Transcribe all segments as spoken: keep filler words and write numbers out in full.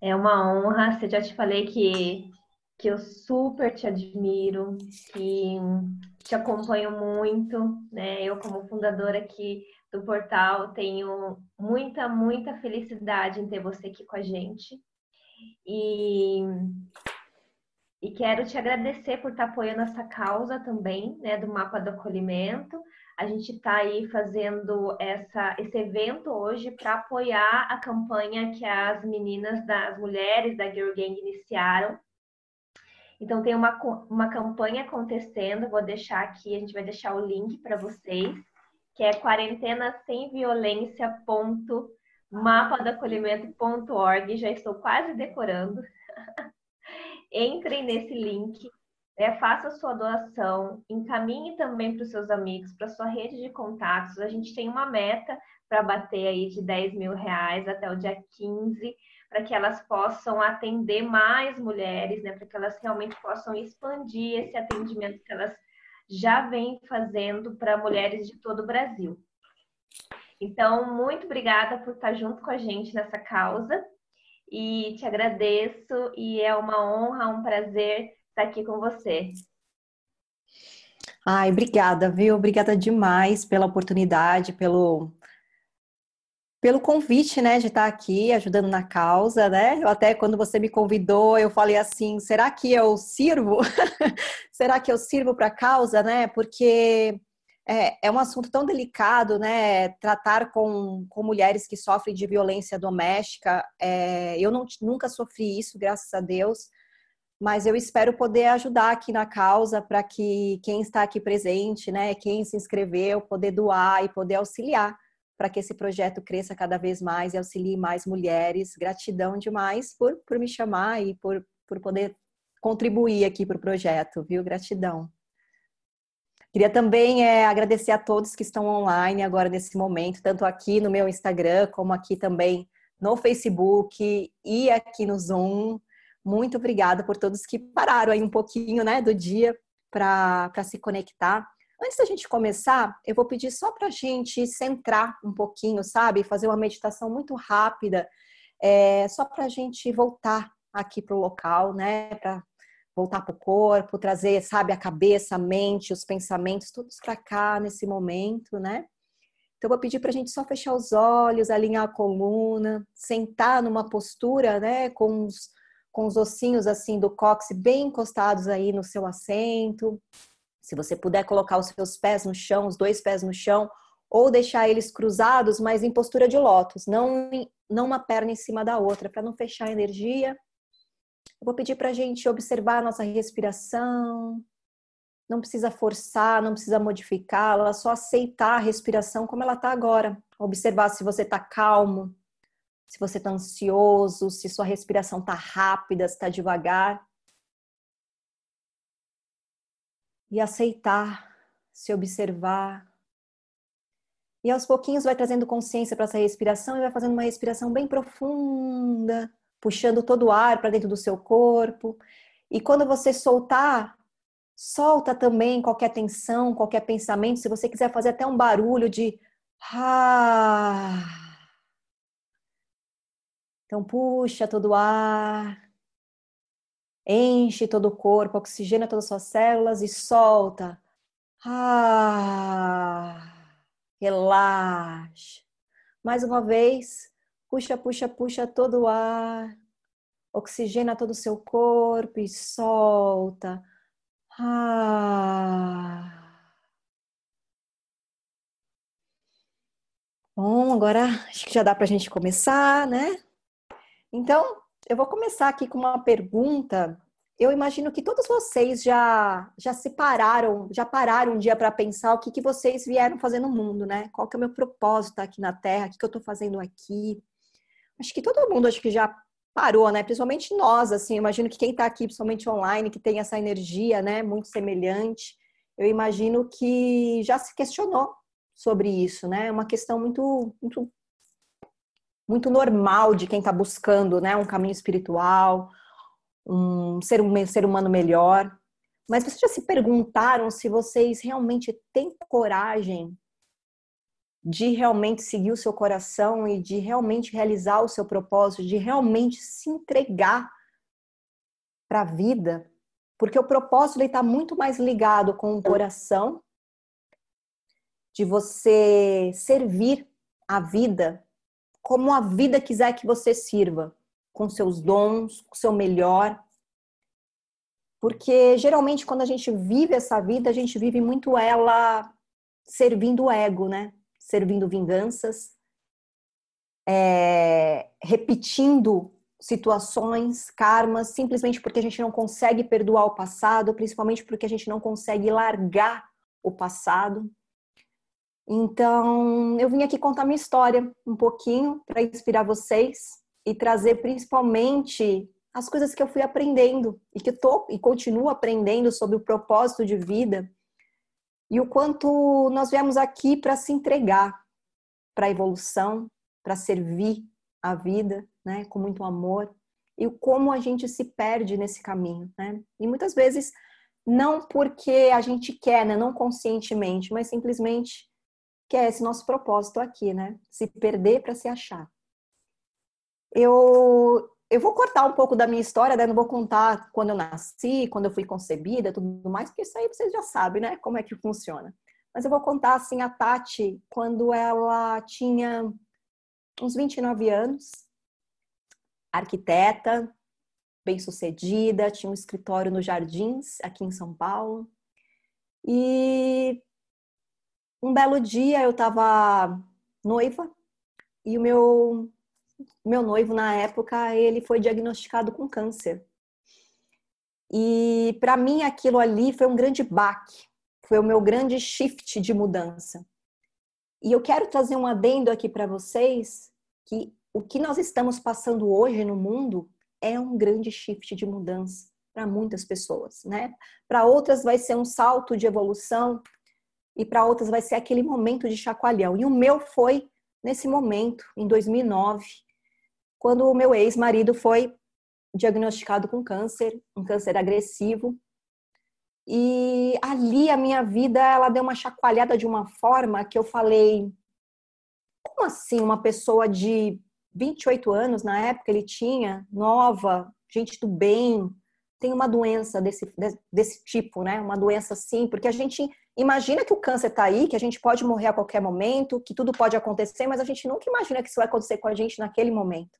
É uma honra. Você já te falei que, que eu super te admiro, que te acompanho muito, né? Eu, como fundadora aqui do portal, tenho muita, muita felicidade em ter você aqui com a gente. E, e quero te agradecer por estar apoiando essa causa também, né, do Mapa do Acolhimento. A gente está aí fazendo essa, esse evento hoje para apoiar a campanha que as meninas, das mulheres da Girl Gang iniciaram. Então tem uma, uma campanha acontecendo, vou deixar aqui, a gente vai deixar o link para vocês, que é quarentena sem violência ponto mapa do acolhimento ponto org. Já estou quase decorando. Entrem nesse link, né, faça a sua doação, encaminhe também para os seus amigos, para a sua rede de contatos. A gente tem uma meta para bater aí de dez mil reais até o dia quinze, para que elas possam atender mais mulheres, né, para que elas realmente possam expandir esse atendimento que elas já vêm fazendo para mulheres de todo o Brasil. Então, muito obrigada por estar junto com a gente nessa causa. E te agradeço e é uma honra, um prazer estar aqui com você. Ai, obrigada, viu? Obrigada demais pela oportunidade, pelo, pelo convite, né, de estar aqui ajudando na causa, né? Eu até quando você me convidou, eu falei assim, será que eu sirvo? Será que eu sirvo para a causa, né? Porque é, é um assunto tão delicado, né? Tratar com, com mulheres que sofrem de violência doméstica. É, eu não, nunca sofri isso, graças a Deus. Mas eu espero poder ajudar aqui na causa para que quem está aqui presente, né, quem se inscreveu, poder doar e poder auxiliar para que esse projeto cresça cada vez mais e auxilie mais mulheres. Gratidão demais por, por me chamar e por, por poder contribuir aqui para o projeto, viu? Gratidão. Queria também é, agradecer a todos que estão online agora nesse momento, tanto aqui no meu Instagram, como aqui também no Facebook e aqui no Zoom. Muito obrigada por todos que pararam aí um pouquinho, né, do dia para se conectar. Antes da gente começar, eu vou pedir só para a gente centrar um pouquinho, sabe? Fazer uma meditação muito rápida, é, só para a gente voltar aqui para o local, né? Para voltar para o corpo, trazer, sabe, a cabeça, a mente, os pensamentos, todos para cá nesse momento, né? Então, eu vou pedir para a gente só fechar os olhos, alinhar a coluna, sentar numa postura, né, com os, com os ossinhos, assim, do cóccix bem encostados aí no seu assento. Se você puder colocar os seus pés no chão, os dois pés no chão, ou deixar eles cruzados, mas em postura de lótus, não, não uma perna em cima da outra, para não fechar a energia. Eu vou pedir para a gente observar a nossa respiração. Não precisa forçar, não precisa modificá-la, só aceitar a respiração como ela está agora. Observar se você está calmo, se você está ansioso, se sua respiração está rápida, se está devagar. E aceitar, se observar. E aos pouquinhos vai trazendo consciência para essa respiração e vai fazendo uma respiração bem profunda, puxando todo o ar para dentro do seu corpo. E quando você soltar, solta também qualquer tensão, qualquer pensamento. Se você quiser fazer até um barulho de ah. Então puxa todo o ar, enche todo o corpo, oxigena todas as suas células e solta. Ah. Relaxa. Mais uma vez, puxa, puxa, puxa todo o ar, oxigena todo o seu corpo e solta. Ah. Bom, agora acho que já dá para a gente começar, né? Então, eu vou começar aqui com uma pergunta. Eu imagino que todos vocês já já se pararam, já pararam um dia para pensar o que, que vocês vieram fazer no mundo, né? Qual que é o meu propósito aqui na Terra? O que, que eu estou fazendo aqui? Acho que todo mundo acho que já parou, né? Principalmente nós, assim. Eu imagino que quem está aqui, principalmente online, que tem essa energia, né? Muito semelhante. Eu imagino que já se questionou sobre isso, né? É uma questão muito, muito, muito normal de quem está buscando, né? Um caminho espiritual, um ser, um ser humano melhor. Mas vocês já se perguntaram se vocês realmente têm coragem de realmente seguir o seu coração e de realmente realizar o seu propósito, de realmente se entregar para a vida, porque o propósito está muito mais ligado com o coração, de você servir a vida como a vida quiser que você sirva, com seus dons, com o seu melhor. Porque geralmente quando a gente vive essa vida, a gente vive muito ela servindo o ego, né? Servindo vinganças, é, repetindo situações, karmas, simplesmente porque a gente não consegue perdoar o passado, principalmente porque a gente não consegue largar o passado. Então, eu vim aqui contar minha história um pouquinho para inspirar vocês e trazer principalmente as coisas que eu fui aprendendo e que eu tô e continuo aprendendo sobre o propósito de vida e o quanto nós viemos aqui para se entregar para a evolução, para servir a vida, né, com muito amor, e como a gente se perde nesse caminho, né? E muitas vezes não porque a gente quer, né, não conscientemente, mas simplesmente que é esse nosso propósito aqui, né? Se perder para se achar. Eu, eu vou cortar um pouco da minha história, né? Não vou contar quando eu nasci, quando eu fui concebida, tudo mais, porque isso aí vocês já sabem, né? Como é que funciona. Mas eu vou contar, assim, a Tati, quando ela tinha uns vinte e nove anos, arquiteta, bem-sucedida, tinha um escritório nos Jardins, aqui em São Paulo. E um belo dia eu estava noiva e o meu, meu noivo, na época, ele foi diagnosticado com câncer. E para mim aquilo ali foi um grande baque, foi o meu grande shift de mudança. E eu quero trazer um adendo aqui para vocês, que o que nós estamos passando hoje no mundo é um grande shift de mudança para muitas pessoas, né? Para outras vai ser um salto de evolução e para outras vai ser aquele momento de chacoalhão. E o meu foi nesse momento, em dois mil e nove, quando o meu ex-marido foi diagnosticado com câncer, um câncer agressivo. E ali a minha vida, ela deu uma chacoalhada de uma forma que eu falei, como assim uma pessoa de vinte e oito anos, na época ele tinha, nova, gente do bem, tem uma doença desse, desse tipo, né? Uma doença assim, porque a gente imagina que o câncer tá aí, que a gente pode morrer a qualquer momento, que tudo pode acontecer, mas a gente nunca imagina que isso vai acontecer com a gente naquele momento.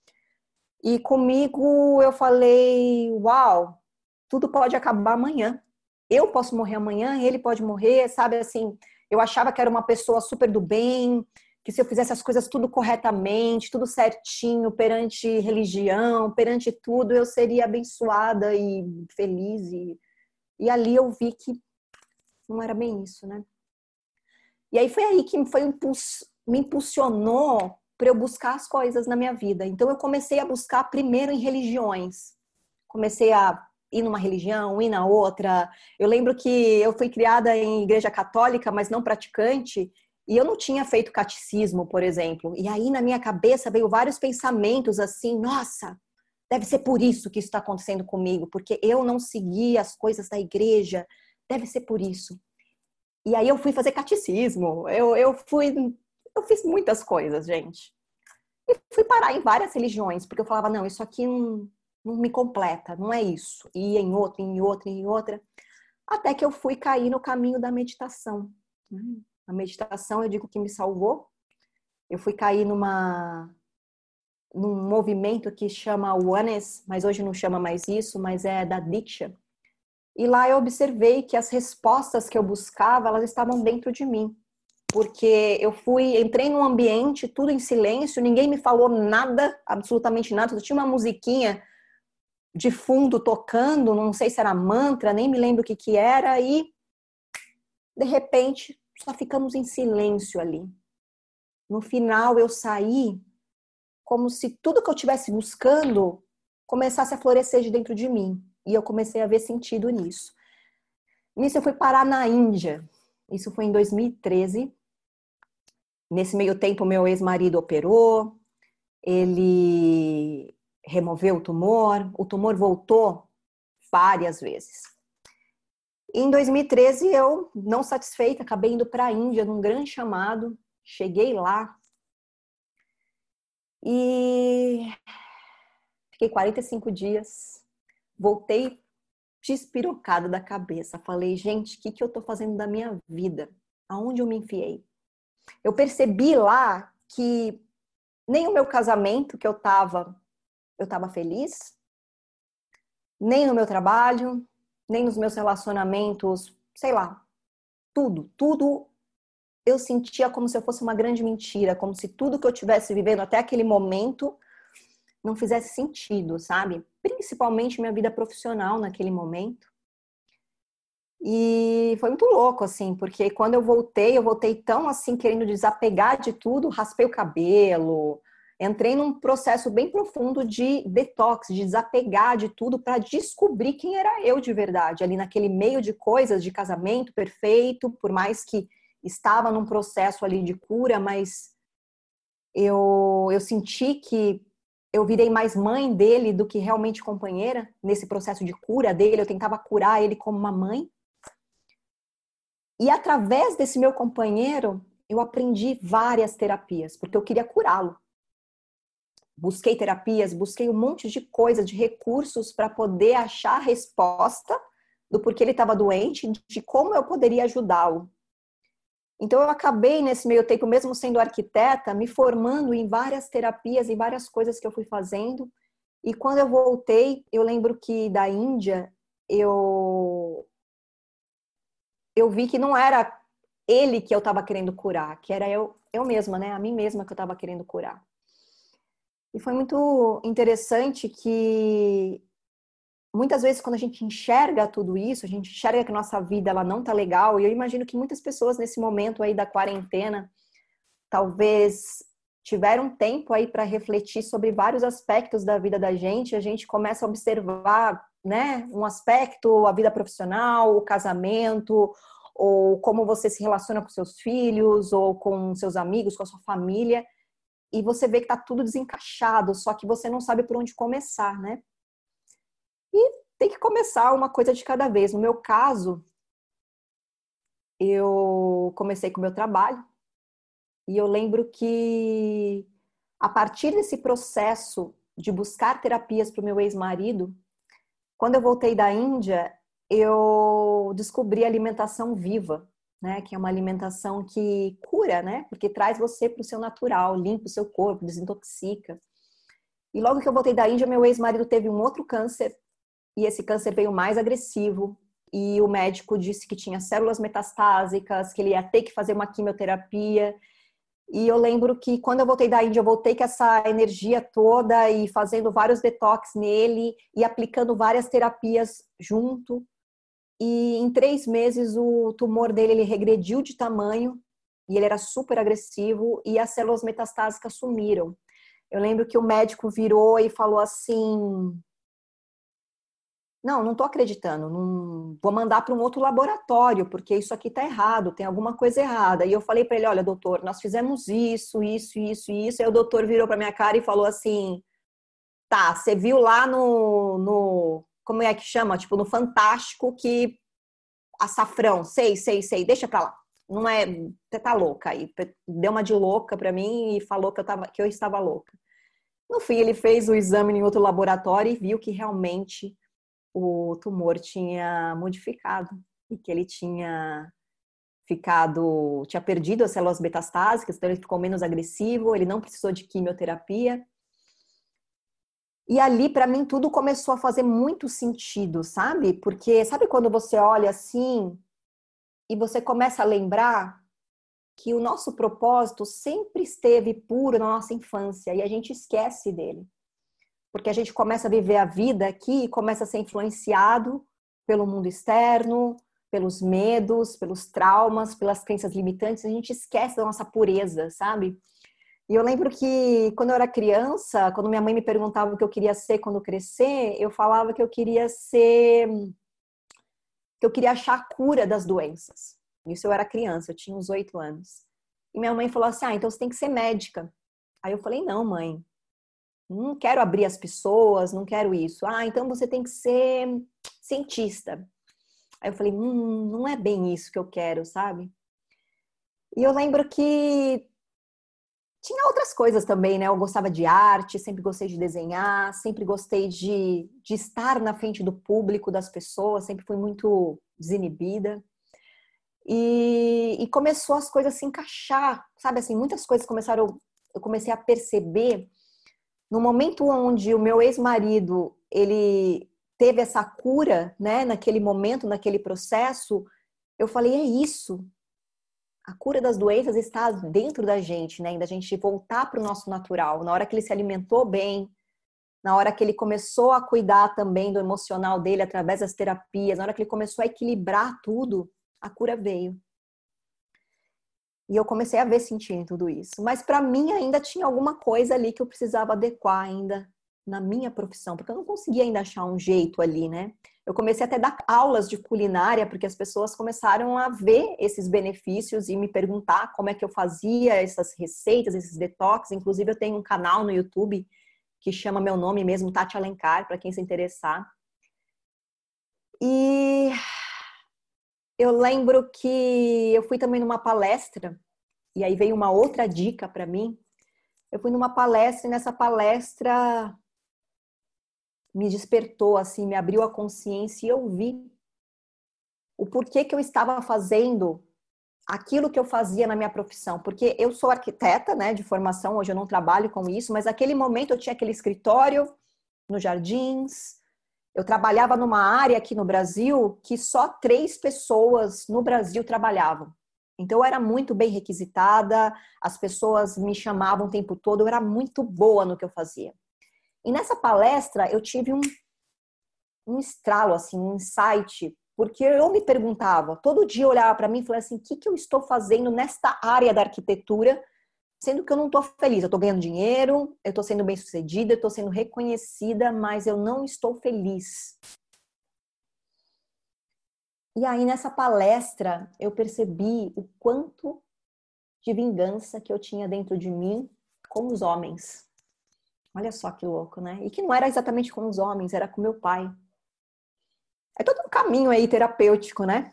E comigo eu falei, uau, tudo pode acabar amanhã. Eu posso morrer amanhã, ele pode morrer, sabe assim, eu achava que era uma pessoa super do bem, que se eu fizesse as coisas tudo corretamente, tudo certinho, perante religião, perante tudo, eu seria abençoada e feliz. E, e ali eu vi que não era bem isso, né? E aí foi aí que foi um impuls, me impulsionou para eu buscar as coisas na minha vida. Então eu comecei a buscar primeiro em religiões. Comecei a ir numa religião, ir na outra. Eu lembro que eu fui criada em igreja católica, mas não praticante, e eu não tinha feito catecismo, por exemplo. E aí na minha cabeça veio vários pensamentos assim, nossa, deve ser por isso que isso está acontecendo comigo, porque eu não segui as coisas da igreja, deve ser por isso. E aí eu fui fazer catecismo, eu, eu fui, eu fiz muitas coisas, gente. E fui parar em várias religiões, porque eu falava, não, isso aqui não, não me completa, não é isso. E ia em outra, em outra, em outra. Até que eu fui cair no caminho da meditação. A meditação, eu digo que me salvou. Eu fui cair numa, num movimento que chama Oneness, mas hoje não chama mais isso, mas é da Diksha. E lá eu observei que as respostas que eu buscava, elas estavam dentro de mim. Porque eu fui, entrei num ambiente, tudo em silêncio, ninguém me falou nada, absolutamente nada. Eu tinha uma musiquinha de fundo tocando, não sei se era mantra, nem me lembro o que que era, e de repente só ficamos em silêncio ali. No final eu saí como se tudo que eu estivesse buscando começasse a florescer de dentro de mim. E eu comecei a ver sentido nisso. Nisso eu fui parar na Índia. Isso foi em dois mil e treze. Nesse meio tempo, meu ex-marido operou, ele removeu o tumor, o tumor voltou várias vezes. Em dois mil e treze, eu, não satisfeita, acabei indo para a Índia num grande chamado, Cheguei lá e fiquei quarenta e cinco dias, voltei despirocada da cabeça. Falei, gente, o que, que eu tô fazendo da minha vida? Aonde eu me enfiei? Eu percebi lá que nem o meu casamento que eu tava, eu tava feliz, nem no meu trabalho, nem nos meus relacionamentos, sei lá, tudo, tudo eu sentia como se eu fosse uma grande mentira, como se tudo que eu tivesse vivendo até aquele momento não fizesse sentido, sabe? Principalmente minha vida profissional naquele momento. E foi muito louco, assim, porque quando eu voltei, eu voltei tão, assim, querendo desapegar de tudo, raspei o cabelo, entrei num processo bem profundo de detox, de desapegar de tudo para descobrir quem era eu de verdade, ali naquele meio de coisas de casamento perfeito, por mais que estava num processo ali de cura, mas eu, eu senti que eu virei mais mãe dele do que realmente companheira nesse processo de cura dele. Eu tentava curar ele como uma mãe. E através desse meu companheiro, eu aprendi várias terapias, porque eu queria curá-lo. Busquei terapias, busquei um monte de coisa, de recursos para poder achar a resposta do porquê ele estava doente, de como eu poderia ajudá-lo. Então eu acabei nesse meio tempo, mesmo sendo arquiteta, me formando em várias terapias e várias coisas que eu fui fazendo. E quando eu voltei, eu lembro que da Índia, eu eu vi que não era ele que eu estava querendo curar, que era eu, eu mesma, né? A mim mesma que eu estava querendo curar. E foi muito interessante que muitas vezes quando a gente enxerga tudo isso, a gente enxerga que a nossa vida ela não tá legal, e eu imagino que muitas pessoas nesse momento aí da quarentena talvez tiveram tempo aí para refletir sobre vários aspectos da vida da gente, a gente começa a observar, né, um aspecto, a vida profissional, o casamento, ou como você se relaciona com seus filhos, ou com seus amigos, com a sua família, e você vê que tá tudo desencaixado, só que você não sabe por onde começar, né? E tem que começar uma coisa de cada vez. No meu caso, eu comecei com o meu trabalho, e eu lembro que a partir desse processo de buscar terapias para o meu ex-marido, quando eu voltei da Índia, eu descobri a alimentação viva, né? Que é uma alimentação que cura, né? Porque traz você para o seu natural, limpa o seu corpo, desintoxica. E logo que eu voltei da Índia, meu ex-marido teve um outro câncer, e esse câncer veio mais agressivo, e o médico disse que tinha células metastásicas, que ele ia ter que fazer uma quimioterapia. E eu lembro que quando eu voltei da Índia, eu voltei com essa energia toda e fazendo vários detox nele e aplicando várias terapias junto. E em três meses o tumor dele ele regrediu de tamanho e ele era super agressivo e as células metastásicas sumiram. Eu lembro que o médico virou e falou assim: não, não tô acreditando, não vou mandar para um outro laboratório, porque isso aqui tá errado, tem alguma coisa errada. E eu falei para ele: olha, doutor, nós fizemos isso, isso, isso, isso. Aí o doutor virou para minha cara e falou assim: tá, você viu lá no, no, como é que chama? Tipo, no Fantástico que açafrão, sei, sei, sei, deixa pra lá. Não é, você tá louca aí. Deu uma de louca para mim e falou que eu tava, que eu estava louca. No fim, ele fez o exame em outro laboratório e viu que realmente o tumor tinha modificado e que ele tinha ficado, tinha perdido as células metastásicas, então ele ficou menos agressivo, ele não precisou de quimioterapia. E ali, para mim, tudo começou a fazer muito sentido, sabe? Porque sabe quando você olha assim e você começa a lembrar que o nosso propósito sempre esteve puro na nossa infância e a gente esquece dele. Porque a gente começa a viver a vida aqui e começa a ser influenciado pelo mundo externo, pelos medos, pelos traumas, pelas crenças limitantes, a gente esquece da nossa pureza, sabe? E eu lembro que quando eu era criança, quando minha mãe me perguntava o que eu queria ser quando crescer, eu falava que eu queria ser, que eu queria achar a cura das doenças. Isso eu era criança, eu tinha uns oito anos. E minha mãe falou assim: ah, então você tem que ser médica. Aí eu falei: não, mãe, não quero abrir as pessoas, não quero isso. Ah, então você tem que ser cientista. Aí eu falei: hum, não é bem isso que eu quero, sabe? E eu lembro que tinha outras coisas também, né? Eu gostava de arte, sempre gostei de desenhar, sempre gostei de, de estar na frente do público, das pessoas, sempre fui muito desinibida. E, e começou as coisas a se encaixar, sabe? Assim, muitas coisas começaram, eu comecei a perceber no momento onde o meu ex-marido, ele teve essa cura, né? Naquele momento, naquele processo, eu falei, é isso. A cura das doenças está dentro da gente, né? Da gente voltar para o nosso natural. Na hora que ele se alimentou bem, na hora que ele começou a cuidar também do emocional dele através das terapias, na hora que ele começou a equilibrar tudo, a cura veio. E eu comecei a ver sentido em tudo isso. Mas para mim ainda tinha alguma coisa ali que eu precisava adequar ainda na minha profissão, porque eu não conseguia ainda achar um jeito ali, né? Eu comecei até a dar aulas de culinária, porque as pessoas começaram a ver esses benefícios e me perguntar como é que eu fazia essas receitas, esses detox. Inclusive eu tenho um canal no YouTube que chama meu nome mesmo, Tati Alencar, para quem se interessar. E eu lembro que eu fui também numa palestra, e aí veio uma outra dica para mim. Eu fui numa palestra e nessa palestra me despertou, assim, me abriu a consciência e eu vi o porquê que eu estava fazendo aquilo que eu fazia na minha profissão. Porque eu sou arquiteta, né, de formação, hoje eu não trabalho com isso, mas naquele momento eu tinha aquele escritório nos Jardins. Eu trabalhava numa área aqui no Brasil que só três pessoas no Brasil trabalhavam. Então eu era muito bem requisitada, as pessoas me chamavam o tempo todo, eu era muito boa no que eu fazia. E nessa palestra eu tive um, um estralo, assim, um insight, porque eu me perguntava, todo dia eu olhava para mim e falava assim, o que, que eu estou fazendo nesta área da arquitetura, sendo que eu não estou feliz, eu estou ganhando dinheiro, eu estou sendo bem sucedida, eu estou sendo reconhecida, mas eu não estou feliz. E aí nessa palestra eu percebi o quanto de vingança que eu tinha dentro de mim com os homens. Olha só que louco, né? E que não era exatamente com os homens, era com meu pai. É todo um caminho aí terapêutico, né?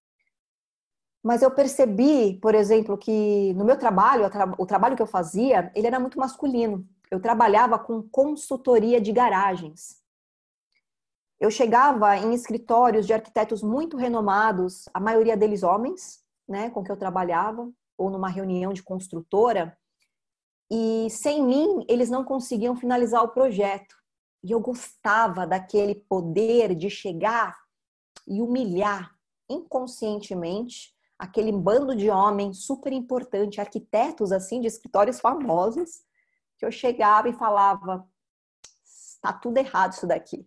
Mas eu percebi, por exemplo, que no meu trabalho, o trabalho que eu fazia, ele era muito masculino. Eu trabalhava com consultoria de garagens. Eu chegava em escritórios de arquitetos muito renomados, a maioria deles homens, né, com que eu trabalhava, ou numa reunião de construtora, e sem mim eles não conseguiam finalizar o projeto. E eu gostava daquele poder de chegar e humilhar inconscientemente aquele bando de homens super importante, arquitetos assim de escritórios famosos, que eu chegava e falava, tá tudo errado isso daqui.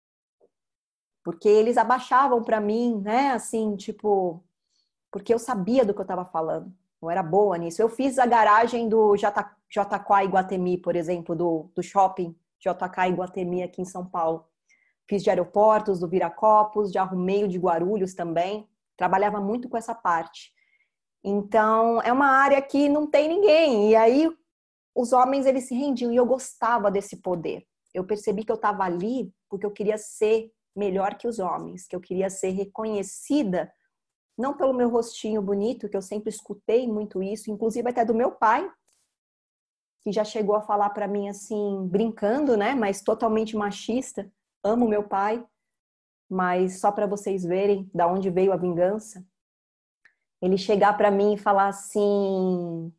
Porque eles abaixavam para mim, né, assim, tipo, porque eu sabia do que eu estava falando. Eu era boa nisso. Eu fiz a garagem do J K Iguatemi, por exemplo, do, do shopping J K Iguatemi aqui em São Paulo. Fiz de aeroportos, do Viracopos, de Arrumeio de Guarulhos também. Trabalhava muito com essa parte. Então, é uma área que não tem ninguém. E aí, os homens, eles se rendiam. E eu gostava desse poder. Eu percebi que eu estava ali porque eu queria ser melhor que os homens. Que eu queria ser reconhecida, não pelo meu rostinho bonito, que eu sempre escutei muito isso, inclusive até do meu pai, que já chegou a falar para mim assim, brincando, né, mas totalmente machista. Amo meu pai, mas só para vocês verem da onde veio a vingança. Ele chegar para mim e falar assim,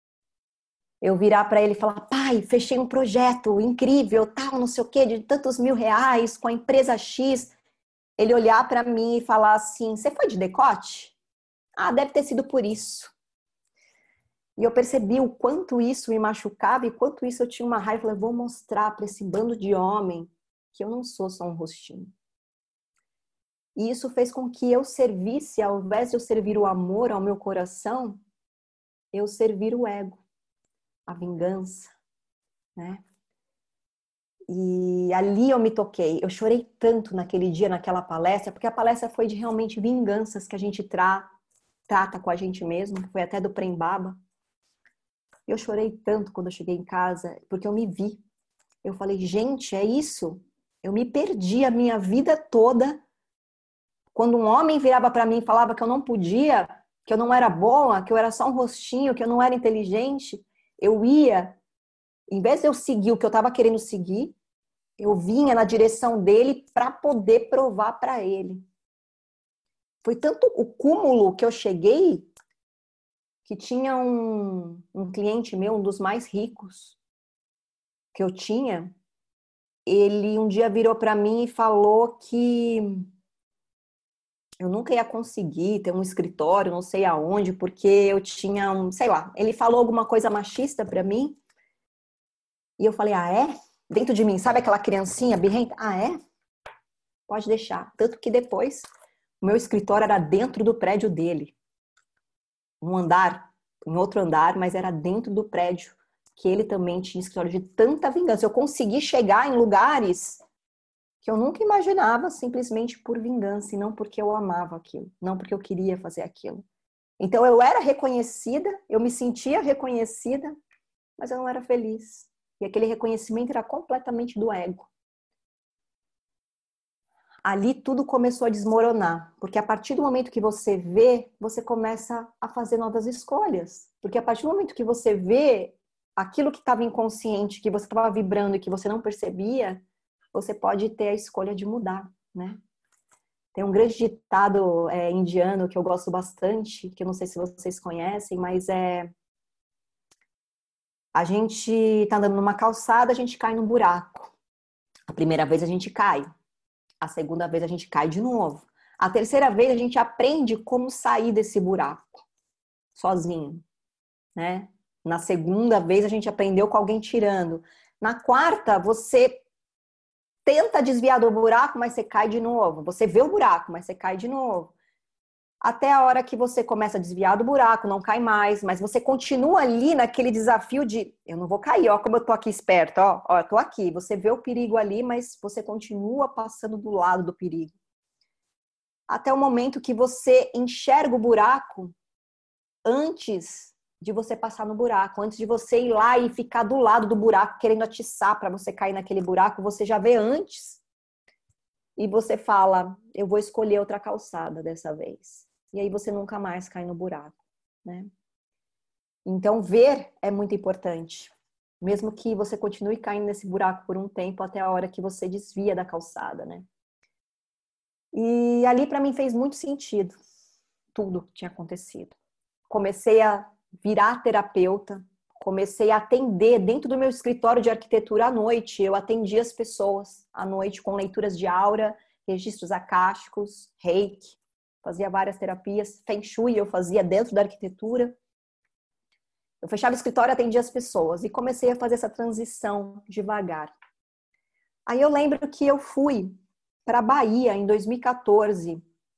eu virar para ele e falar, pai, fechei um projeto incrível, tal, não sei o quê, de tantos mil reais com a empresa X. Ele olhar para mim e falar assim, você foi de decote? Ah, deve ter sido por isso. E eu percebi o quanto isso me machucava e quanto isso eu tinha uma raiva. Eu falei, vou mostrar para esse bando de homem que eu não sou só um rostinho. E isso fez com que eu servisse, ao invés de eu servir o amor ao meu coração, eu servir o ego, a vingança, né? E ali eu me toquei. Eu chorei tanto naquele dia, naquela palestra, porque a palestra foi de realmente vinganças que a gente tra trata com a gente mesmo. Foi até do Prembaba. Eu chorei tanto quando eu cheguei em casa, porque eu me vi. Eu falei, gente, é isso? Eu me perdi a minha vida toda. Quando um homem virava para mim e falava que eu não podia, que eu não era boa, que eu era só um rostinho, que eu não era inteligente, eu ia, em vez de eu seguir o que eu estava querendo seguir, eu vinha na direção dele para poder provar para ele. Foi tanto o cúmulo que eu cheguei, que tinha um, um cliente meu, um dos mais ricos que eu tinha, ele um dia virou para mim e falou que eu nunca ia conseguir ter um escritório, não sei aonde, porque eu tinha um, sei lá, ele falou alguma coisa machista para mim, e eu falei, ah, é? Dentro de mim, sabe aquela criancinha birrenta? Ah, é? Pode deixar. Tanto que depois, o meu escritório era dentro do prédio dele. Um andar, em outro andar, mas era dentro do prédio, que ele também tinha escritório de tanta vingança. Eu consegui chegar em lugares que eu nunca imaginava, simplesmente por vingança, e não porque eu amava aquilo, não porque eu queria fazer aquilo. Então eu era reconhecida, eu me sentia reconhecida, mas eu não era feliz. E aquele reconhecimento era completamente do ego. Ali tudo começou a desmoronar, porque a partir do momento que você vê, você começa a fazer novas escolhas. Porque a partir do momento que você vê aquilo que estava inconsciente, que você estava vibrando e que você não percebia, você pode ter a escolha de mudar, né? Tem um grande ditado é, indiano que eu gosto bastante, que eu não sei se vocês conhecem, mas é... A gente tá andando numa calçada, a gente cai num buraco. A primeira vez a gente cai. A segunda vez a gente cai de novo. A terceira vez a gente aprende como sair desse buraco, sozinho, né? Na segunda vez a gente aprendeu com alguém tirando. Na quarta, você tenta desviar do buraco, mas você cai de novo. Você vê o buraco, mas você cai de novo. Até a hora que você começa a desviar do buraco, não cai mais, mas você continua ali naquele desafio de eu não vou cair, ó, como eu tô aqui esperto, ó, ó, eu tô aqui. Você vê o perigo ali, mas você continua passando do lado do perigo. Até o momento que você enxerga o buraco antes de você passar no buraco, antes de você ir lá e ficar do lado do buraco querendo atiçar para você cair naquele buraco, você já vê antes e você fala, eu vou escolher outra calçada dessa vez. E aí você nunca mais cai no buraco, né? Então, ver é muito importante. Mesmo que você continue caindo nesse buraco por um tempo, até a hora que você desvia da calçada, né? E ali, para mim, fez muito sentido tudo que tinha acontecido. Comecei a virar terapeuta, comecei a atender dentro do meu escritório de arquitetura à noite. Eu atendia as pessoas à noite com leituras de aura, registros acásticos, reiki. Fazia várias terapias, Feng Shui eu fazia dentro da arquitetura. Eu fechava o escritório e atendia as pessoas e comecei a fazer essa transição devagar. Aí eu lembro que eu fui para a Bahia em dois mil e quatorze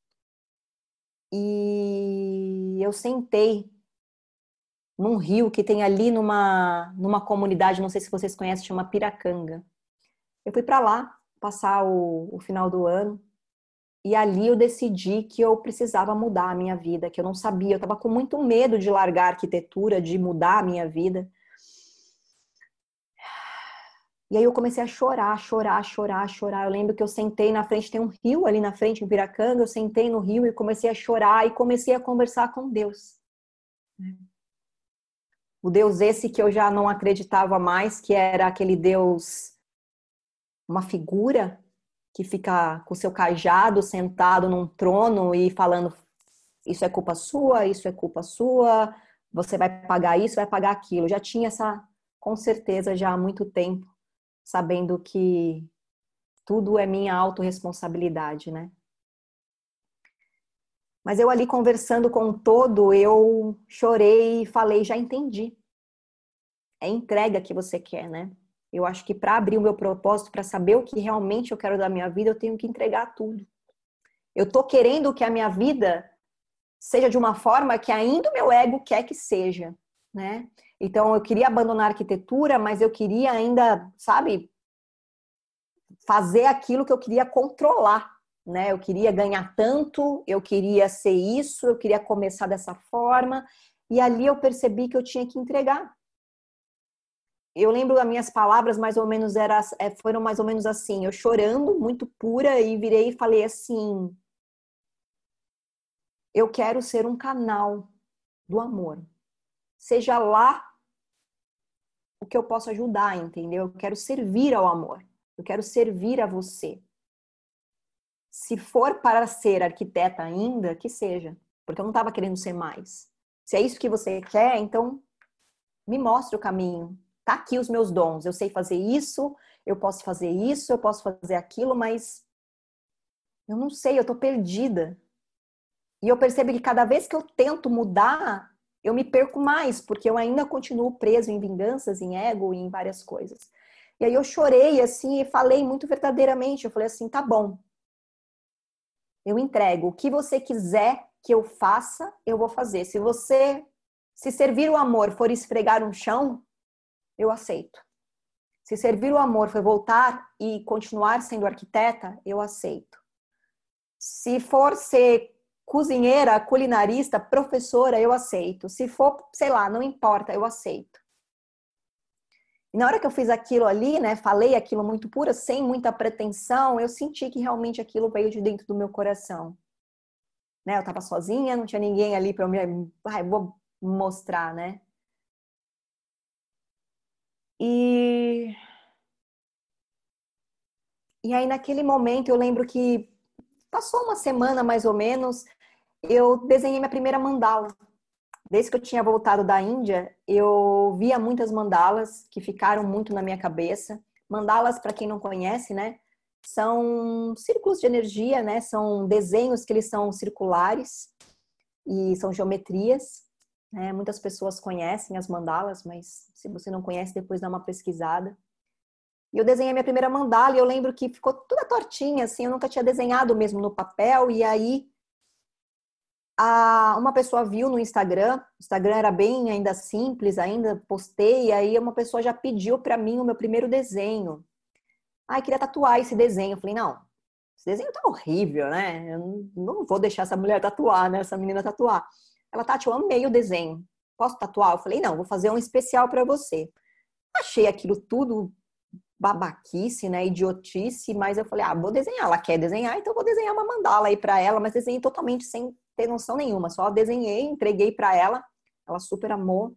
e eu sentei num rio que tem ali numa, numa comunidade, não sei se vocês conhecem, chama Piracanga. Eu fui para lá passar o, o final do ano. E ali eu decidi que eu precisava mudar a minha vida, que eu não sabia, eu estava com muito medo de largar a arquitetura, de mudar a minha vida. E aí eu comecei a chorar, chorar, chorar, chorar. Eu lembro que eu sentei na frente, tem um rio ali na frente, em Piracanga, eu sentei no rio e comecei a chorar e comecei a conversar com Deus. O Deus esse que eu já não acreditava mais, que era aquele Deus, uma figura que fica com o seu cajado sentado num trono e falando isso é culpa sua, isso é culpa sua, você vai pagar isso, vai pagar aquilo. Eu já tinha essa, com certeza, já há muito tempo, sabendo que tudo é minha autorresponsabilidade, né? Mas eu ali conversando com o todo, eu chorei e falei, já entendi. É entrega que você quer, né? Eu acho que para abrir o meu propósito, para saber o que realmente eu quero da minha vida, eu tenho que entregar tudo. Eu tô querendo que a minha vida seja de uma forma que ainda o meu ego quer que seja, né? Então, eu queria abandonar a arquitetura, mas eu queria ainda, sabe, fazer aquilo que eu queria controlar, né? Eu queria ganhar tanto, eu queria ser isso, eu queria começar dessa forma, e ali eu percebi que eu tinha que entregar. Eu lembro as minhas palavras mais ou menos era, foram mais ou menos assim, eu chorando, muito pura, e virei e falei assim, eu quero ser um canal do amor. Seja lá o que eu posso ajudar, entendeu? Eu quero servir ao amor. Eu quero servir a você. Se for para ser arquiteta ainda, que seja. Porque eu não estava querendo ser mais. Se é isso que você quer, então me mostre o caminho. Tá aqui os meus dons. Eu sei fazer isso, eu posso fazer isso, eu posso fazer aquilo, mas eu não sei, eu tô perdida. E eu percebo que cada vez que eu tento mudar, eu me perco mais, porque eu ainda continuo preso em vinganças, em ego e em várias coisas. E aí eu chorei assim e falei muito verdadeiramente. Eu falei assim, tá bom. Eu entrego. O que você quiser que eu faça, eu vou fazer. Se você, se servir o amor for esfregar um chão, eu aceito. Se servir o amor for voltar e continuar sendo arquiteta, eu aceito. Se for ser cozinheira, culinarista, professora, eu aceito. Se for, sei lá, não importa, eu aceito. E na hora que eu fiz aquilo ali, né, falei aquilo muito pura, sem muita pretensão, eu senti que realmente aquilo veio de dentro do meu coração. Né, eu tava sozinha, não tinha ninguém ali para eu me, ai, vou mostrar, né? E E aí naquele momento eu lembro que passou uma semana mais ou menos, eu desenhei minha primeira mandala. Desde que eu tinha voltado da Índia, eu via muitas mandalas que ficaram muito na minha cabeça. Mandalas, para quem não conhece, né, são círculos de energia, né, são desenhos que eles são circulares e são geometrias. Né? Muitas pessoas conhecem as mandalas, mas se você não conhece, depois dá uma pesquisada. E eu desenhei minha primeira mandala e eu lembro que ficou toda tortinha, assim, eu nunca tinha desenhado mesmo no papel, e aí a, uma pessoa viu no Instagram, o Instagram era bem ainda simples, ainda postei, e aí uma pessoa já pediu para mim o meu primeiro desenho. Ai, queria tatuar esse desenho. Eu falei, não, esse desenho tá horrível, né? Eu não, não vou deixar essa mulher tatuar, né? Essa menina tatuar. Ela, Tati, eu amei o desenho. Posso tatuar? Eu falei, não, vou fazer um especial para você. Achei aquilo tudo babaquice, né, idiotice, mas eu falei, ah, vou desenhar, ela quer desenhar, então vou desenhar uma mandala aí pra ela, mas desenhei totalmente sem ter noção nenhuma, só desenhei, entreguei pra ela, ela super amou.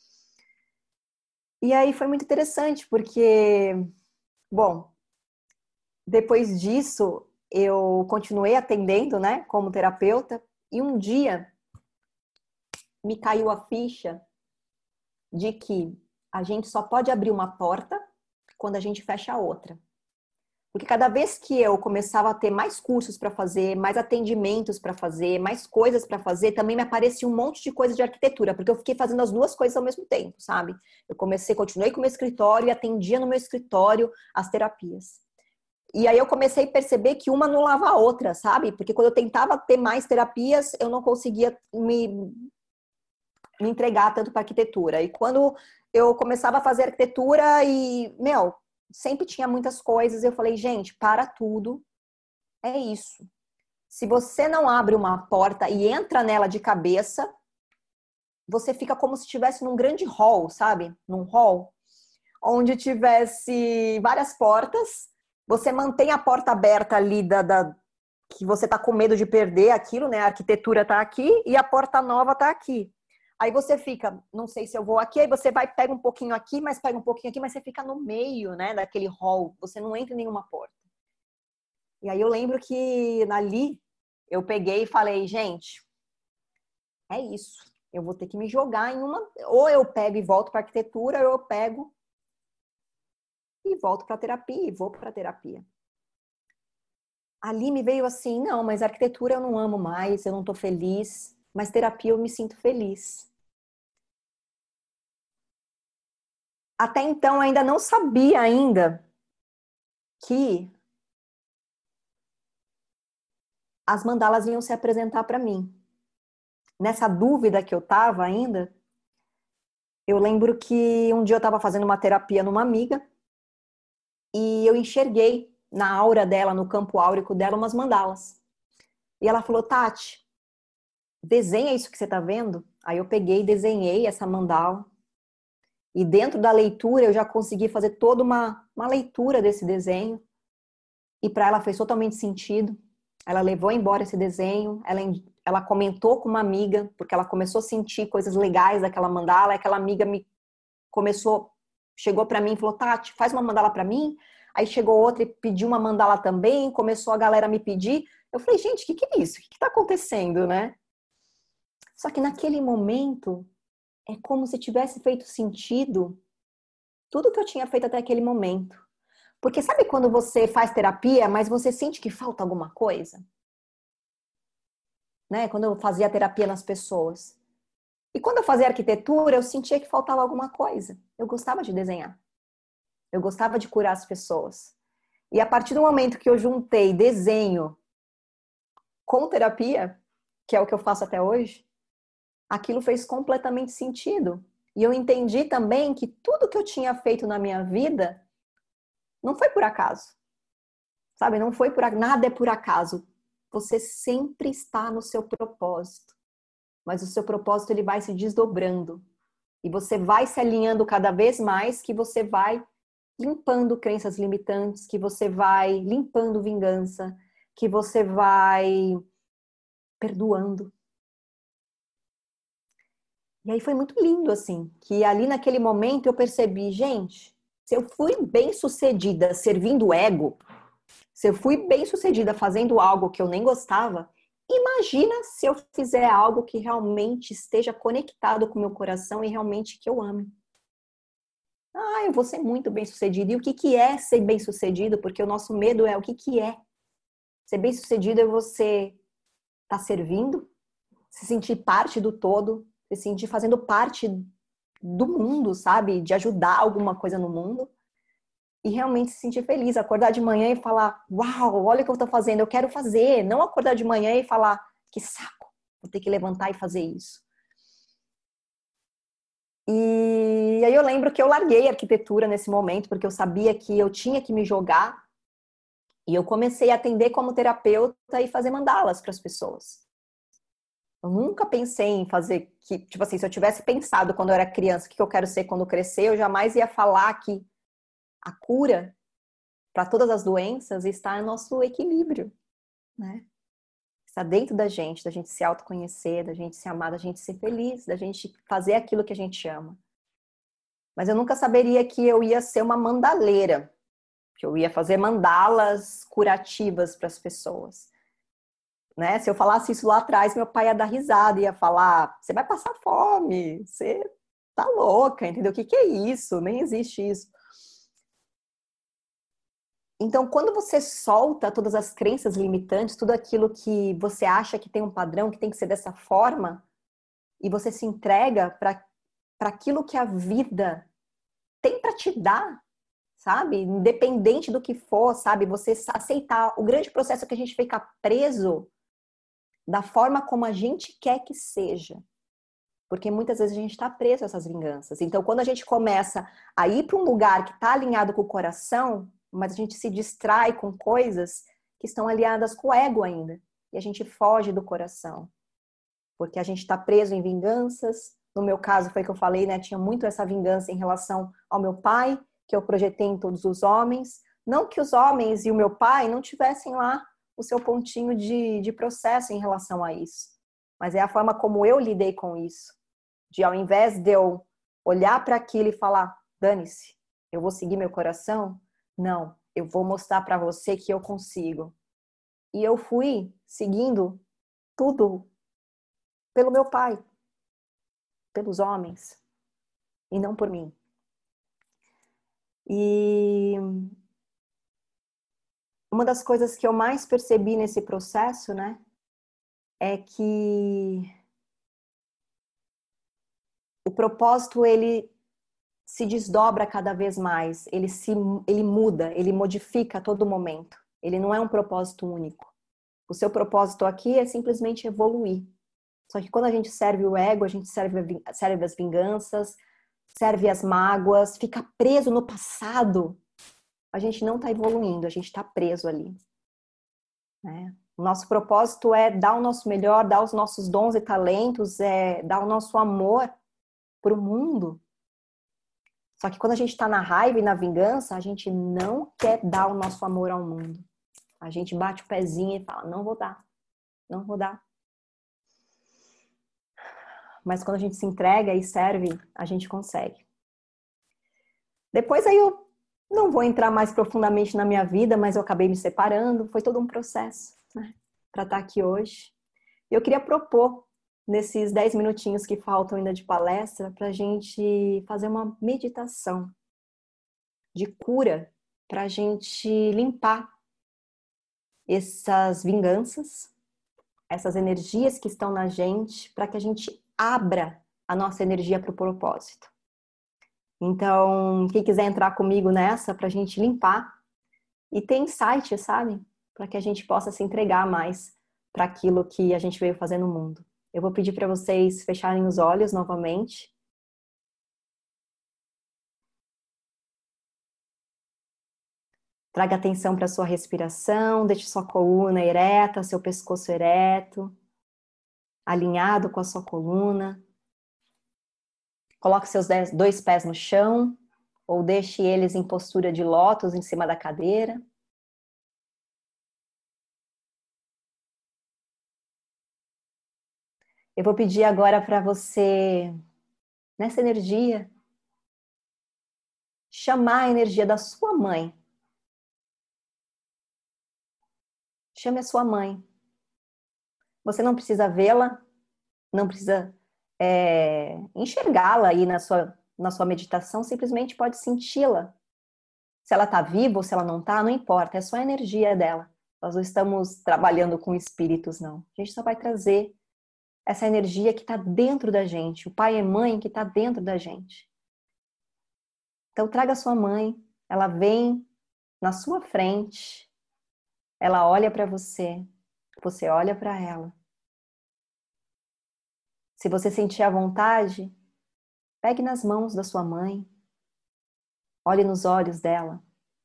E aí foi muito interessante, porque, bom, depois disso, eu continuei atendendo, né, como terapeuta, e um dia me caiu a ficha de que a gente só pode abrir uma porta quando a gente fecha a outra. Porque cada vez que eu começava a ter mais cursos para fazer, mais atendimentos para fazer, mais coisas para fazer, também me aparecia um monte de coisa de arquitetura, porque eu fiquei fazendo as duas coisas ao mesmo tempo, sabe? Eu comecei, continuei com o meu escritório e atendia no meu escritório as terapias. E aí eu comecei a perceber que uma anulava a outra, sabe? Porque quando eu tentava ter mais terapias, eu não conseguia me, me entregar tanto para arquitetura. E quando eu começava a fazer arquitetura e, meu, sempre tinha muitas coisas. Eu falei, gente, para tudo. É isso. Se você não abre uma porta e entra nela de cabeça, você fica como se estivesse num grande hall, sabe? Num hall, onde tivesse várias portas. Você mantém a porta aberta ali da, da que você tá com medo de perder aquilo, né? A arquitetura tá aqui e a porta nova tá aqui. Aí você fica, não sei se eu vou aqui, aí você vai, pega um pouquinho aqui, mas pega um pouquinho aqui, mas você fica no meio, né, daquele hall, você não entra em nenhuma porta. E aí eu lembro que ali eu peguei e falei, gente, é isso, eu vou ter que me jogar em uma, ou eu pego e volto para arquitetura, ou eu pego e volto para terapia, e vou para terapia. Ali me veio assim, não, mas arquitetura eu não amo mais, eu não tô feliz, mas terapia eu me sinto feliz. Até então ainda não sabia ainda que as mandalas iam se apresentar para mim. Nessa dúvida que eu tava ainda, eu lembro que um dia eu estava fazendo uma terapia numa amiga e eu enxerguei na aura dela, no campo áurico dela, umas mandalas. E ela falou, Tati, desenha isso que você tá vendo? Aí eu peguei e desenhei essa mandala. E dentro da leitura eu já consegui fazer toda uma, uma leitura desse desenho. E para ela fez totalmente sentido. Ela levou embora esse desenho, ela, ela comentou com uma amiga, porque ela começou a sentir coisas legais daquela mandala, aquela amiga me começou a chegou para mim e falou, Tati, faz uma mandala para mim. Aí chegou outra e pediu uma mandala também, começou a galera a me pedir. Eu falei, gente, o que, que é isso? O que está acontecendo, né? Só que naquele momento, é como se tivesse feito sentido tudo que eu tinha feito até aquele momento. Porque sabe quando você faz terapia, mas você sente que falta alguma coisa? Né? Quando eu fazia terapia nas pessoas. E quando eu fazia arquitetura, eu sentia que faltava alguma coisa. Eu gostava de desenhar. Eu gostava de curar as pessoas. E a partir do momento que eu juntei desenho com terapia, que é o que eu faço até hoje, aquilo fez completamente sentido. E eu entendi também que tudo que eu tinha feito na minha vida não foi por acaso. Sabe? Não foi por acaso. Nada é por acaso. Você sempre está no seu propósito. Mas o seu propósito ele vai se desdobrando. E você vai se alinhando cada vez mais, que você vai limpando crenças limitantes, que você vai limpando vingança, que você vai perdoando. E aí foi muito lindo, assim, que ali naquele momento eu percebi, gente, se eu fui bem sucedida servindo o ego, se eu fui bem sucedida fazendo algo que eu nem gostava, imagina se eu fizer algo que realmente esteja conectado com o meu coração e realmente que eu ame. Ah, eu vou ser muito bem sucedido. E o que, que é ser bem sucedido? Porque o nosso medo é o que, que é. Ser bem sucedido é você estar servindo, se sentir parte do todo, se sentir fazendo parte do mundo, sabe? De ajudar alguma coisa no mundo. E realmente se sentir feliz. Acordar de manhã e falar, uau, olha o que eu estou fazendo, eu quero fazer. Não acordar de manhã e falar, que saco, vou ter que levantar e fazer isso. E aí eu lembro que eu larguei a arquitetura nesse momento, porque eu sabia que eu tinha que me jogar. E eu comecei a atender como terapeuta e fazer mandalas para as pessoas. Eu nunca pensei em fazer, que, tipo assim, se eu tivesse pensado quando eu era criança, o que eu quero ser quando eu crescer, eu jamais ia falar que a cura para todas as doenças está no nosso equilíbrio, né? Está dentro da gente, da gente se autoconhecer, da gente se amar, da gente ser feliz, da gente fazer aquilo que a gente ama. Mas eu nunca saberia que eu ia ser uma mandaleira, que eu ia fazer mandalas curativas para as pessoas. Né? Se eu falasse isso lá atrás, meu pai ia dar risada, ia falar, você vai passar fome, você tá louca, entendeu? O que, que é isso? Nem existe isso. Então, quando você solta todas as crenças limitantes, tudo aquilo que você acha que tem um padrão, que tem que ser dessa forma, e você se entrega para aquilo que a vida tem para te dar, sabe? Independente do que for, sabe? Você aceitar. O grande processo é que a gente fica preso da forma como a gente quer que seja. Porque muitas vezes a gente está preso a essas vinganças. Então, quando a gente começa a ir para um lugar que está alinhado com o coração, mas a gente se distrai com coisas que estão alinhadas com o ego ainda. E a gente foge do coração. Porque a gente está preso em vinganças. No meu caso, foi que eu falei, né? Tinha muito essa vingança em relação ao meu pai, que eu projetei em todos os homens. Não que os homens e o meu pai não tivessem lá o seu pontinho de, de processo em relação a isso. Mas é a forma como eu lidei com isso. De ao invés de eu olhar para aquilo e falar, dane-se, eu vou seguir meu coração? Não, eu vou mostrar para você que eu consigo. E eu fui seguindo tudo pelo meu pai, pelos homens, e não por mim. E uma das coisas que eu mais percebi nesse processo, né, é que o propósito, ele se desdobra cada vez mais, ele, se, ele muda, ele modifica a todo momento. Ele não é um propósito único. O seu propósito aqui é simplesmente evoluir. Só que quando a gente serve o ego, a gente serve, serve as vinganças, serve as mágoas, fica preso no passado, a gente não está evoluindo, a gente está preso ali. Né? O nosso propósito é dar o nosso melhor, dar os nossos dons e talentos, é dar o nosso amor para o mundo. Só que quando a gente está na raiva e na vingança, a gente não quer dar o nosso amor ao mundo. A gente bate o pezinho e fala, não vou dar, não vou dar. Mas quando a gente se entrega e serve, a gente consegue. Depois aí eu não vou entrar mais profundamente na minha vida, mas eu acabei me separando, foi todo um processo, né, para estar aqui hoje. E eu queria propor, nesses dez minutinhos que faltam ainda de palestra, para a gente fazer uma meditação de cura, para a gente limpar essas vinganças, essas energias que estão na gente, para que a gente abra a nossa energia para o propósito. Então, quem quiser entrar comigo nessa, para a gente limpar e ter insight, sabe? Para que a gente possa se entregar mais para aquilo que a gente veio fazer no mundo. Eu vou pedir para vocês fecharem os olhos novamente. Traga atenção para a sua respiração, deixe sua coluna ereta, seu pescoço ereto, alinhado com a sua coluna. Coloque seus dois pés no chão, ou deixe eles em postura de lótus em cima da cadeira. Eu vou pedir agora para você, nessa energia, chamar a energia da sua mãe. Chame a sua mãe. Você não precisa vê-la, não precisa é, enxergá-la aí na sua, na sua meditação, simplesmente pode senti-la. Se ela está viva ou se ela não está, não importa, é só a energia dela. Nós não estamos trabalhando com espíritos, não. A gente só vai trazer essa energia que está dentro da gente, o pai e mãe que está dentro da gente. Então traga a sua mãe, ela vem na sua frente, ela olha para você, você olha para ela. Se você sentir à vontade, pegue nas mãos da sua mãe, olhe nos olhos dela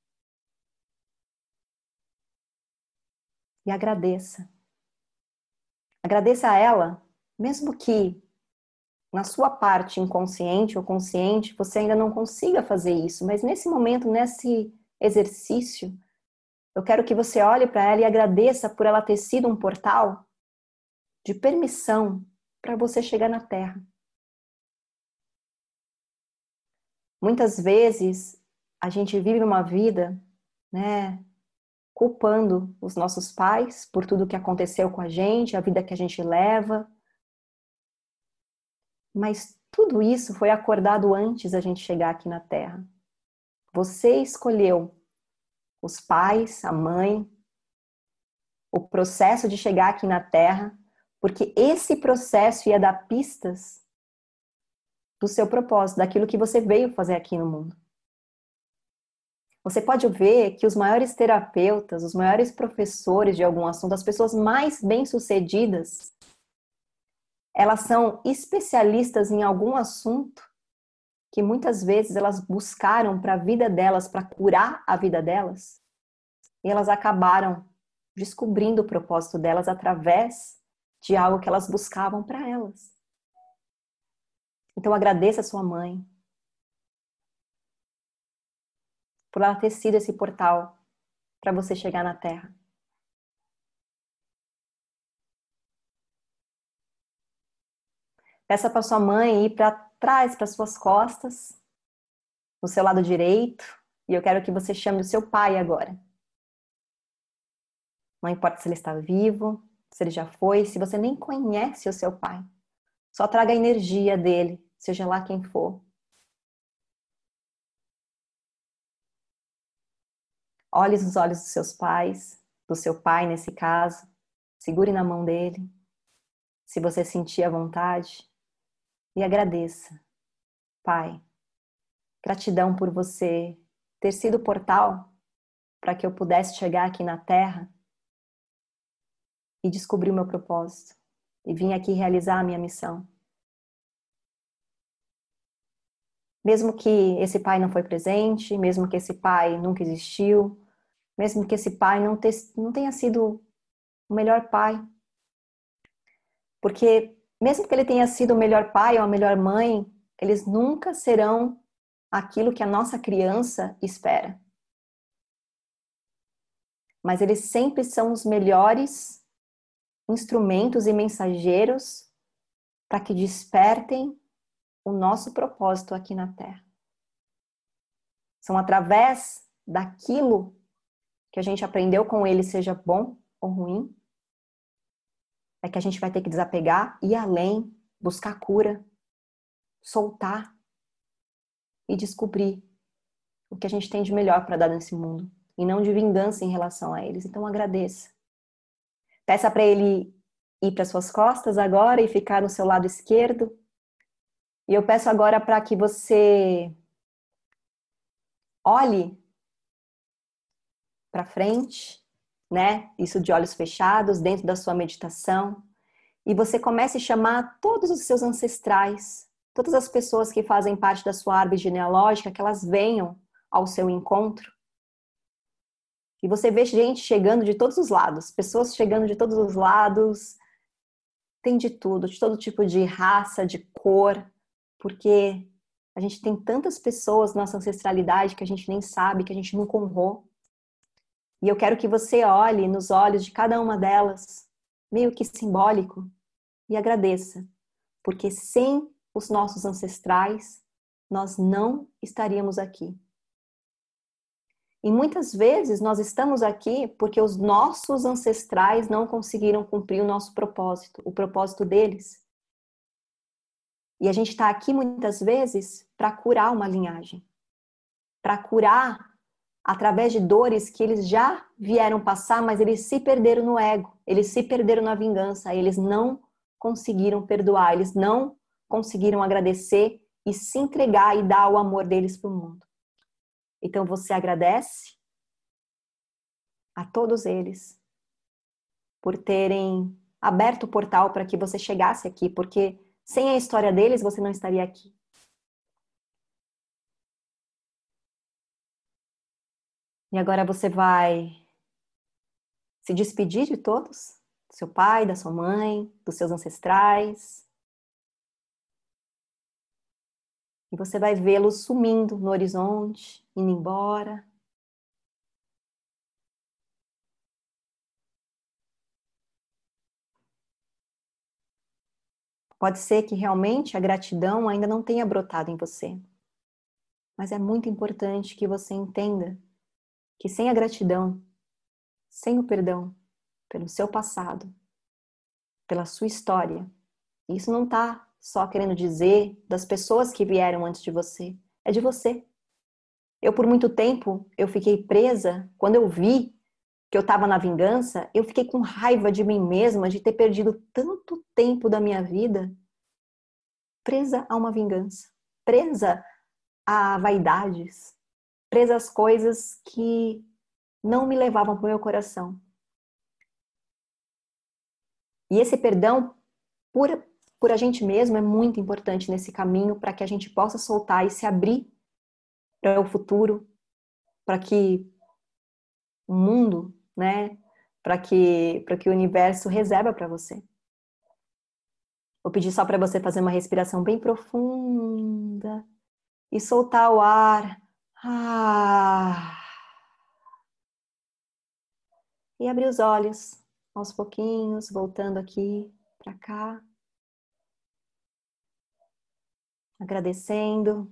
e agradeça. Agradeça a ela, mesmo que na sua parte inconsciente ou consciente você ainda não consiga fazer isso, mas nesse momento, nesse exercício, eu quero que você olhe para ela e agradeça por ela ter sido um portal de permissão para você chegar na Terra. Muitas vezes a gente vive uma vida, né, culpando os nossos pais por tudo que aconteceu com a gente, a vida que a gente leva. Mas tudo isso foi acordado antes da gente chegar aqui na Terra. Você escolheu os pais, a mãe, o processo de chegar aqui na Terra, porque esse processo ia dar pistas do seu propósito, daquilo que você veio fazer aqui no mundo. Você pode ver que os maiores terapeutas, os maiores professores de algum assunto, as pessoas mais bem-sucedidas, elas são especialistas em algum assunto que muitas vezes elas buscaram para a vida delas, para curar a vida delas, e elas acabaram descobrindo o propósito delas através de algo que elas buscavam para elas. Então agradeça a sua mãe por ela ter sido esse portal para você chegar na Terra. Peça para sua mãe ir para trás, para suas costas, no seu lado direito, e eu quero que você chame o seu pai agora. Não importa se ele está vivo, se ele já foi, se você nem conhece o seu pai. Só traga a energia dele, seja lá quem for. Olhe nos olhos dos seus pais, do seu pai nesse caso. Segure na mão dele, se você sentir à vontade. E agradeça. Pai, gratidão por você ter sido o portal para que eu pudesse chegar aqui na Terra e descobrir o meu propósito. E vim aqui realizar a minha missão. Mesmo que esse pai não foi presente, mesmo que esse pai nunca existiu, mesmo que esse pai não, ter, não tenha sido o melhor pai. Porque mesmo que ele tenha sido o melhor pai ou a melhor mãe, eles nunca serão aquilo que a nossa criança espera. Mas eles sempre são os melhores instrumentos e mensageiros para que despertem o nosso propósito aqui na Terra. São através daquilo que a gente aprendeu com eles, seja bom ou ruim, é que a gente vai ter que desapegar, ir além, buscar cura, soltar e descobrir o que a gente tem de melhor para dar nesse mundo. E não de vingança em relação a eles. Então agradeça. Peça para ele ir para suas costas agora e ficar no seu lado esquerdo. E eu peço agora para que você olhe para frente, né? Isso de olhos fechados, dentro da sua meditação. E você comece a chamar todos os seus ancestrais, todas as pessoas que fazem parte da sua árvore genealógica, que elas venham ao seu encontro. E você vê gente chegando de todos os lados, pessoas chegando de todos os lados, tem de tudo, de todo tipo de raça, de cor, porque a gente tem tantas pessoas na nossa ancestralidade que a gente nem sabe, que a gente nunca honrou. E eu quero que você olhe nos olhos de cada uma delas, meio que simbólico, e agradeça, porque sem os nossos ancestrais, nós não estaríamos aqui. E muitas vezes nós estamos aqui porque os nossos ancestrais não conseguiram cumprir o nosso propósito, o propósito deles. E a gente está aqui muitas vezes para curar uma linhagem, para curar através de dores que eles já vieram passar, mas eles se perderam no ego, eles se perderam na vingança, eles não conseguiram perdoar, eles não conseguiram agradecer e se entregar e dar o amor deles para o mundo. Então você agradece a todos eles por terem aberto o portal para que você chegasse aqui, porque sem a história deles você não estaria aqui. E agora você vai se despedir de todos, do seu pai, da sua mãe, dos seus ancestrais. E você vai vê-los sumindo no horizonte, indo embora. Pode ser que realmente a gratidão ainda não tenha brotado em você. Mas é muito importante que você entenda que sem a gratidão, sem o perdão pelo seu passado, pela sua história, isso não está só querendo dizer das pessoas que vieram antes de você, é de você. Eu, por muito tempo, eu fiquei presa, quando eu vi que eu estava na vingança, eu fiquei com raiva de mim mesma, de ter perdido tanto tempo da minha vida presa a uma vingança, presa a vaidades, presa às coisas que não me levavam para o meu coração. E esse perdão por, por a gente mesmo é muito importante nesse caminho para que a gente possa soltar e se abrir para o futuro, para que o mundo, né, para que, para que o universo reserva para você. Vou pedir só para você fazer uma respiração bem profunda e soltar o ar. Ah. E abrir os olhos aos pouquinhos, voltando aqui para cá. Agradecendo.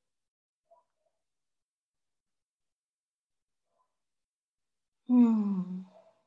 Hum.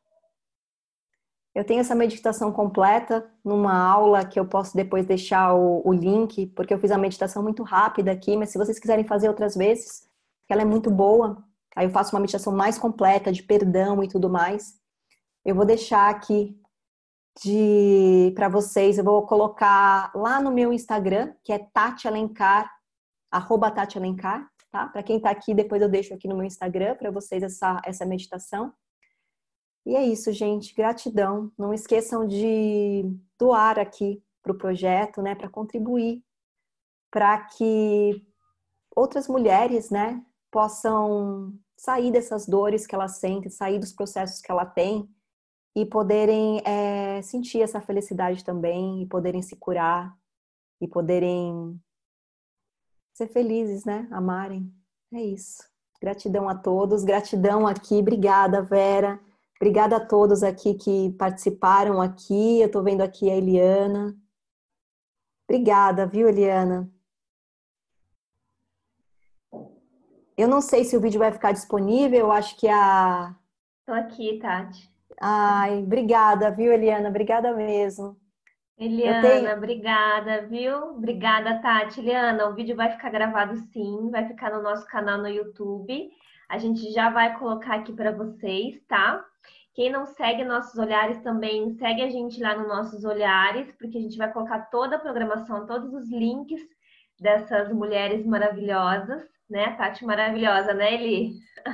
Eu tenho essa meditação completa numa aula que eu posso depois deixar o, o link, porque eu fiz a meditação muito rápida aqui, mas se vocês quiserem fazer outras vezes, ela é muito boa. Aí eu faço uma meditação mais completa de perdão e tudo mais. Eu vou deixar aqui de para vocês, eu vou colocar lá no meu Instagram, que é Tati Alencar, arroba Tati Alencar, tá? Para quem tá aqui, depois eu deixo aqui no meu Instagram para vocês essa, essa meditação. E é isso, gente. Gratidão. Não esqueçam de doar aqui para o projeto, né? Para contribuir, para que outras mulheres, né? Possam sair dessas dores que elas sentem, sair dos processos que ela tem e poderem é, sentir essa felicidade também, e poderem se curar, e poderem ser felizes, né? Amarem. É isso. Gratidão a todos. Gratidão aqui. Obrigada, Vera. Obrigada a todos aqui que participaram aqui. Eu estou vendo aqui a Eliana. Obrigada, viu, Eliana? Eu não sei se o vídeo vai ficar disponível, eu acho que a... Tô aqui, Tati. Ai, obrigada, viu, Eliana? Obrigada mesmo. Eu Eliana, tenho... obrigada, viu? Obrigada, Tati. Eliana, o vídeo vai ficar gravado sim, vai ficar no nosso canal no YouTube. A gente já vai colocar aqui para vocês, tá? Quem não segue Nossos Olhares também, segue a gente lá no Nossos Olhares, porque a gente vai colocar toda a programação, todos os links dessas mulheres maravilhosas, né? Tati maravilhosa, né, Eli?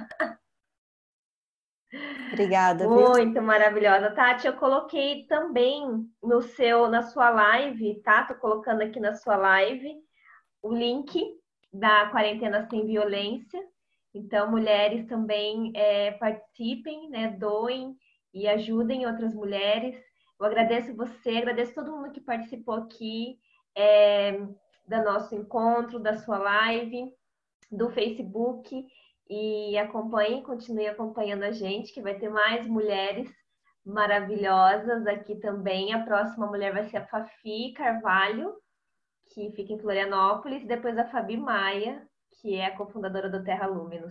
Obrigada, viu? Muito maravilhosa. Tati, eu coloquei também no seu, na sua live, tá? Tô colocando aqui na sua live o link da Quarentena Sem Violência. Então, mulheres também é, participem, né? Doem e ajudem outras mulheres. Eu agradeço você, agradeço todo mundo que participou aqui é, do nosso encontro, da sua live, do Facebook. E acompanhe, continue acompanhando a gente, que vai ter mais mulheres maravilhosas aqui também. A próxima mulher vai ser a Fafi Carvalho, que fica em Florianópolis, e depois a Fabi Maia, que é a cofundadora do Terra Luminos.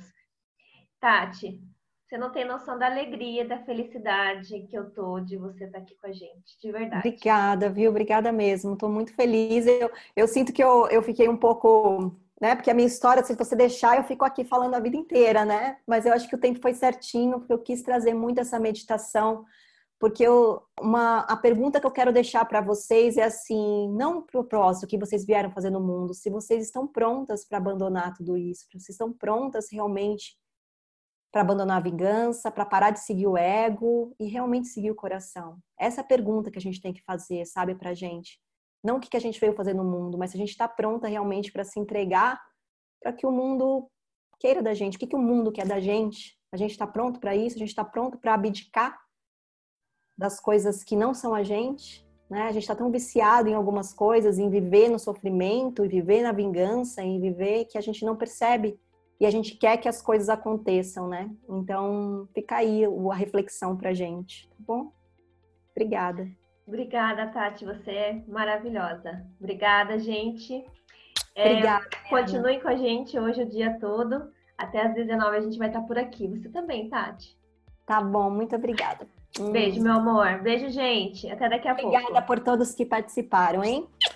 Tati, você não tem noção da alegria, da felicidade que eu tô de você estar aqui com a gente, de verdade. Obrigada, viu? Obrigada mesmo. Estou muito feliz. Eu, eu sinto que eu, eu fiquei um pouco, né? Porque a minha história, se você deixar, eu fico aqui falando a vida inteira, né? Mas eu acho que o tempo foi certinho, porque eu quis trazer muito essa meditação. Porque eu, uma, a pergunta que eu quero deixar para vocês é assim, não o propósito que vocês vieram fazer no mundo, se vocês estão prontas para abandonar tudo isso, se vocês estão prontas realmente para abandonar a vingança, para parar de seguir o ego e realmente seguir o coração. Essa é a pergunta que a gente tem que fazer, sabe, pra gente. Não o que a gente veio fazer no mundo, mas se a gente está pronta realmente para se entregar para que o mundo queira da gente. O que, que o mundo quer da gente? A gente está pronto para isso? A gente está pronto para abdicar das coisas que não são a gente? Né? A gente está tão viciado em algumas coisas, em viver no sofrimento, em viver na vingança, em viver que a gente não percebe. E a gente quer que as coisas aconteçam, né? Então, fica aí a reflexão pra gente, tá bom? Obrigada. Obrigada, Tati, você é maravilhosa. Obrigada, gente. É, Obrigada, continue com a gente hoje o dia todo. Até às dezenove a gente vai estar por aqui. Você também, Tati. Tá bom, muito obrigada. Beijo, Hum. meu amor. Beijo, gente. Até daqui a pouco. Obrigada por todos que participaram, hein?